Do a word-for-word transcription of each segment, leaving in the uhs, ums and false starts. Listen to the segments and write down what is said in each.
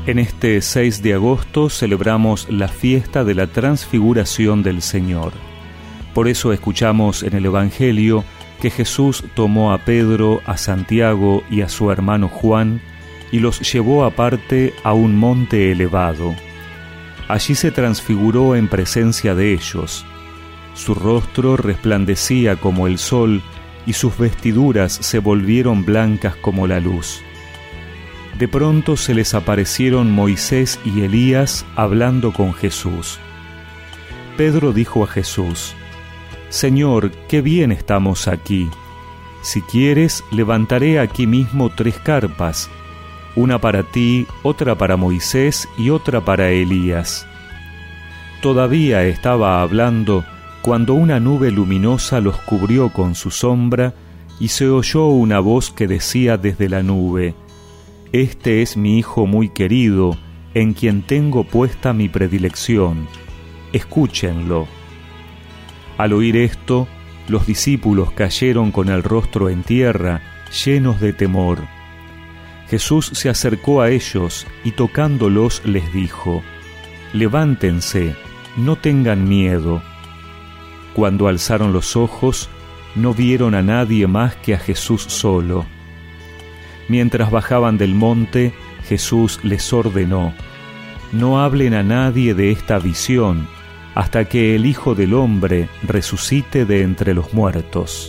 En este seis de agosto celebramos la fiesta de la transfiguración del Señor. Por eso escuchamos en el Evangelio que Jesús tomó a Pedro, a Santiago y a su hermano Juan y los llevó aparte a un monte elevado. Allí se transfiguró en presencia de ellos. Su rostro resplandecía como el sol y sus vestiduras se volvieron blancas como la luz. De pronto se les aparecieron Moisés y Elías hablando con Jesús. Pedro dijo a Jesús: «Señor, qué bien estamos aquí. Si quieres, levantaré aquí mismo tres carpas, una para ti, otra para Moisés y otra para Elías». Todavía estaba hablando cuando una nube luminosa los cubrió con su sombra y se oyó una voz que decía desde la nube: «Este es mi Hijo muy querido, en quien tengo puesta mi predilección. Escúchenlo». Al oír esto, los discípulos cayeron con el rostro en tierra, llenos de temor. Jesús se acercó a ellos y tocándolos les dijo: «Levántense, no tengan miedo». Cuando alzaron los ojos, no vieron a nadie más que a Jesús solo. Mientras bajaban del monte, Jesús les ordenó: «No hablen a nadie de esta visión, hasta que el Hijo del Hombre resucite de entre los muertos».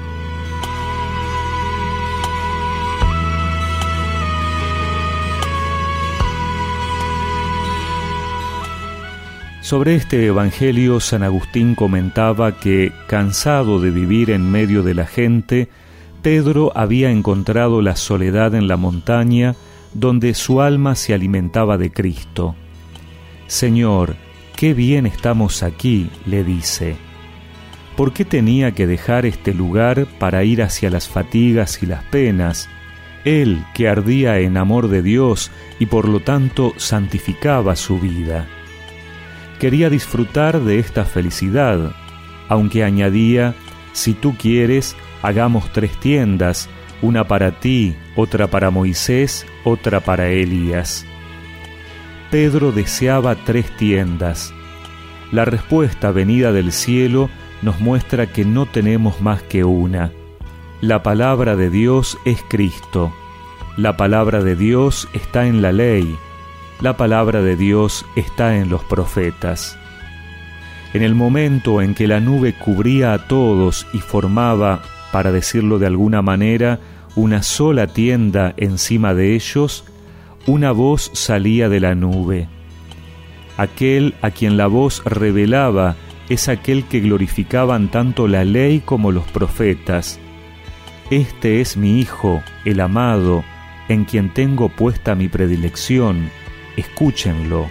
Sobre este Evangelio, San Agustín comentaba que, cansado de vivir en medio de la gente, Pedro había encontrado la soledad en la montaña, donde su alma se alimentaba de Cristo. «Señor, qué bien estamos aquí», le dice. ¿Por qué tenía que dejar este lugar para ir hacia las fatigas y las penas? Él, que ardía en amor de Dios y por lo tanto santificaba su vida. Quería disfrutar de esta felicidad, aunque añadía: «Si tú quieres, hagamos tres tiendas, una para ti, otra para Moisés, otra para Elías». Pedro deseaba tres tiendas. La respuesta venida del cielo nos muestra que no tenemos más que una. La palabra de Dios es Cristo. La palabra de Dios está en la ley. La palabra de Dios está en los profetas. En el momento en que la nube cubría a todos y formaba, para decirlo de alguna manera, una sola tienda encima de ellos, una voz salía de la nube. Aquel a quien la voz revelaba es aquel que glorificaban tanto la ley como los profetas. «Este es mi Hijo, el amado, en quien tengo puesta mi predilección. Escúchenlo».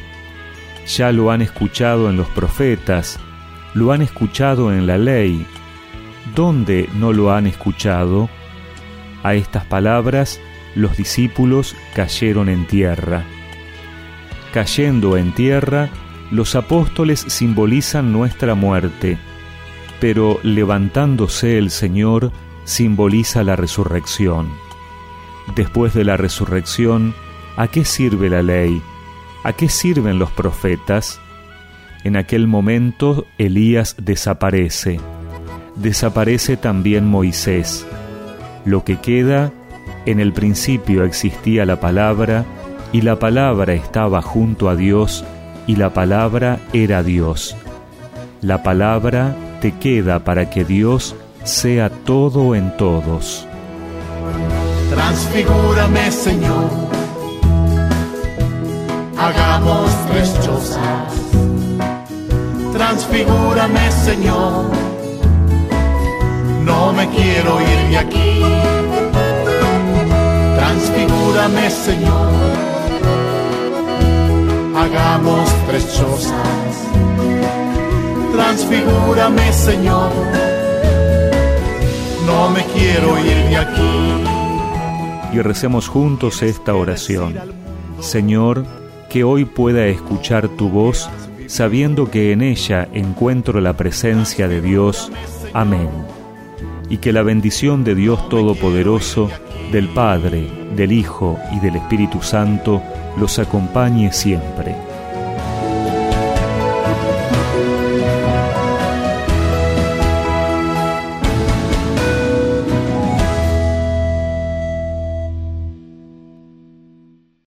Ya lo han escuchado en los profetas, lo han escuchado en la ley. ¿Dónde no lo han escuchado? A estas palabras, los discípulos cayeron en tierra. Cayendo en tierra, los apóstoles simbolizan nuestra muerte, pero levantándose el Señor simboliza la resurrección. Después de la resurrección, ¿a qué sirve la ley? ¿A qué sirven los profetas? En aquel momento Elías desaparece. Desaparece también Moisés. Lo que queda: en el principio existía la palabra, y la palabra estaba junto a Dios, y la palabra era Dios. La palabra te queda para que Dios sea todo en todos. Transfigúrame, Señor, hagamos tres chozas. Transfigúrame, Señor, no me quiero ir de aquí. Transfigúrame, Señor, hagamos tres chozas. Transfigúrame, Señor, no me quiero ir de aquí. Y recemos juntos esta oración. Señor, que hoy pueda escuchar tu voz, sabiendo que en ella encuentro la presencia de Dios. Amén. Y que la bendición de Dios Todopoderoso, del Padre, del Hijo y del Espíritu Santo los acompañe siempre.